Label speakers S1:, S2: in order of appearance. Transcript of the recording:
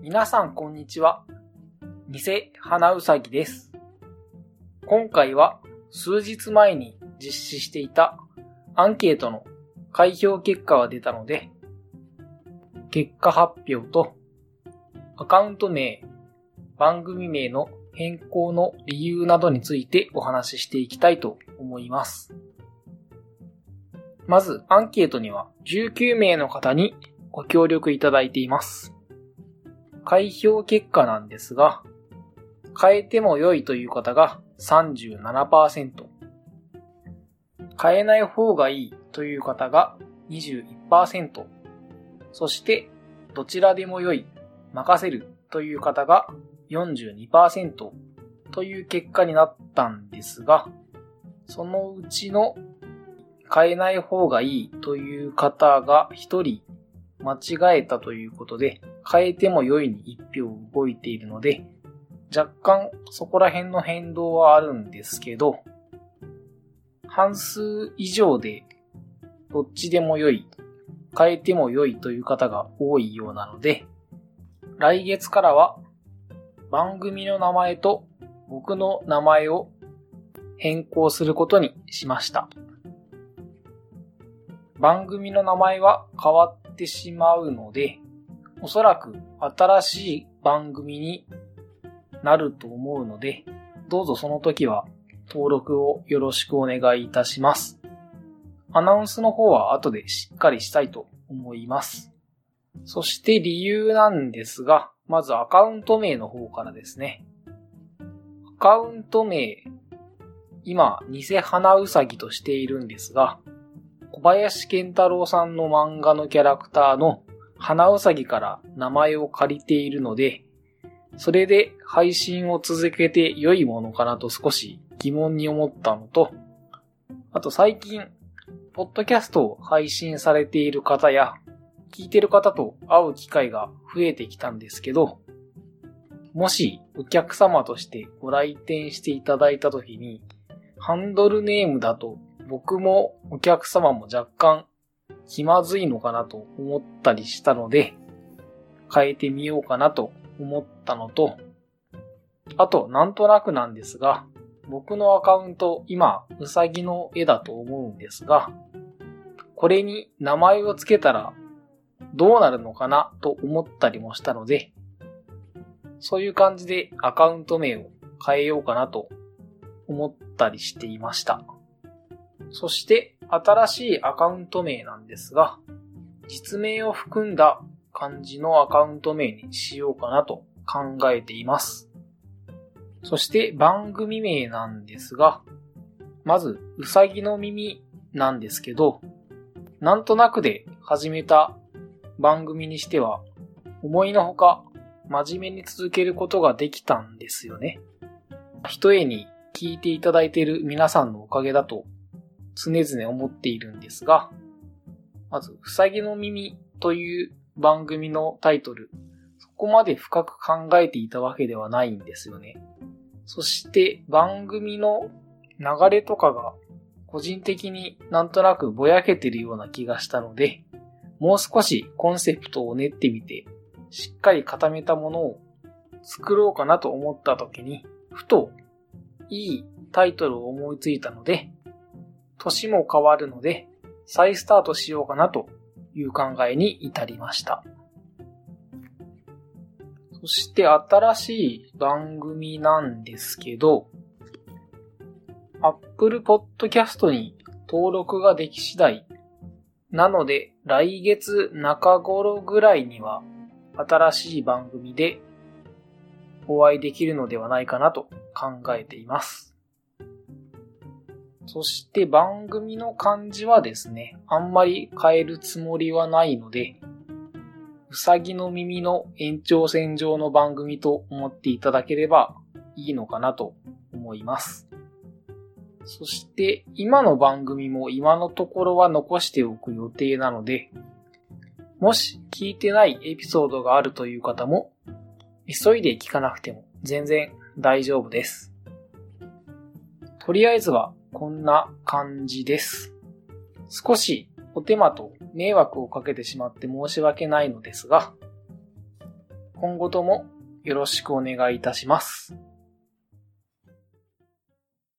S1: 皆さんこんにちは。偽花うさぎです。今回は数日前に実施していたアンケートの開票結果が出たので、結果発表とアカウント名、番組名の変更の理由などについてお話ししていきたいと思います。まずアンケートには19名の方にご協力いただいています。開票結果なんですが、変えても良いという方が 37%、変えない方がいいという方が 21%、そしてどちらでも良い、任せるという方が 42% という結果になったんですが、そのうちの変えない方がいいという方が1人間違えたということで、変えても良いに1票動いているので、若干そこら辺の変動はあるんですけど、半数以上でどっちでも良い、変えても良いという方が多いようなので、来月からは番組の名前と僕の名前を変更することにしました。番組の名前は変わってしまうので、おそらく新しい番組になると思うので、どうぞその時は登録をよろしくお願いいたします。アナウンスの方は後でしっかりしたいと思います。そして理由なんですが、まずアカウント名の方からですね。アカウント名、今、偽花うさぎとしているんですが、小林健太郎さんの漫画のキャラクターの花うさぎから名前を借りているので、それで配信を続けて良いものかなと少し疑問に思ったのと、あと最近、ポッドキャストを配信されている方や、聞いてる方と会う機会が増えてきたんですけど、もしお客様としてご来店していただいたときに、ハンドルネームだと僕もお客様も若干気まずいのかなと思ったりしたので、変えてみようかなと思ったのと、あとなんとなくなんですが、僕のアカウント今うさぎの絵だと思うんですが、これに名前をつけたらどうなるのかなと思ったりもしたので、そういう感じでアカウント名を変えようかなと思ったりしていました。そして新しいアカウント名なんですが、実名を含んだ漢字のアカウント名にしようかなと考えています。そして番組名なんですが、まずうさぎの耳なんですけど、なんとなくで始めた番組にしては思いのほか真面目に続けることができたんですよね。ひとえに聞いていただいている皆さんのおかげだと常々思っているんですが、まずうさぎの耳という番組のタイトル、そこまで深く考えていたわけではないんですよね。そして番組の流れとかが個人的になんとなくぼやけてるような気がしたので、もう少しコンセプトを練ってみて、しっかり固めたものを作ろうかなと思った時に、ふといいタイトルを思いついたので、年も変わるので再スタートしようかなという考えに至りました。そして新しい番組なんですけど、Apple Podcast に登録ができ次第なので、来月中頃ぐらいには新しい番組でお会いできるのではないかなと考えています。そして番組の漢字はですね、あんまり変えるつもりはないので、うさぎの耳の延長線上の番組と思っていただければいいのかなと思います。そして今の番組も今のところは残しておく予定なので、もし聞いてないエピソードがあるという方も急いで聞かなくても全然大丈夫です。とりあえずはこんな感じです。少しお手間と迷惑をかけてしまって申し訳ないのですが、 今後ともよろしくお願いいたします。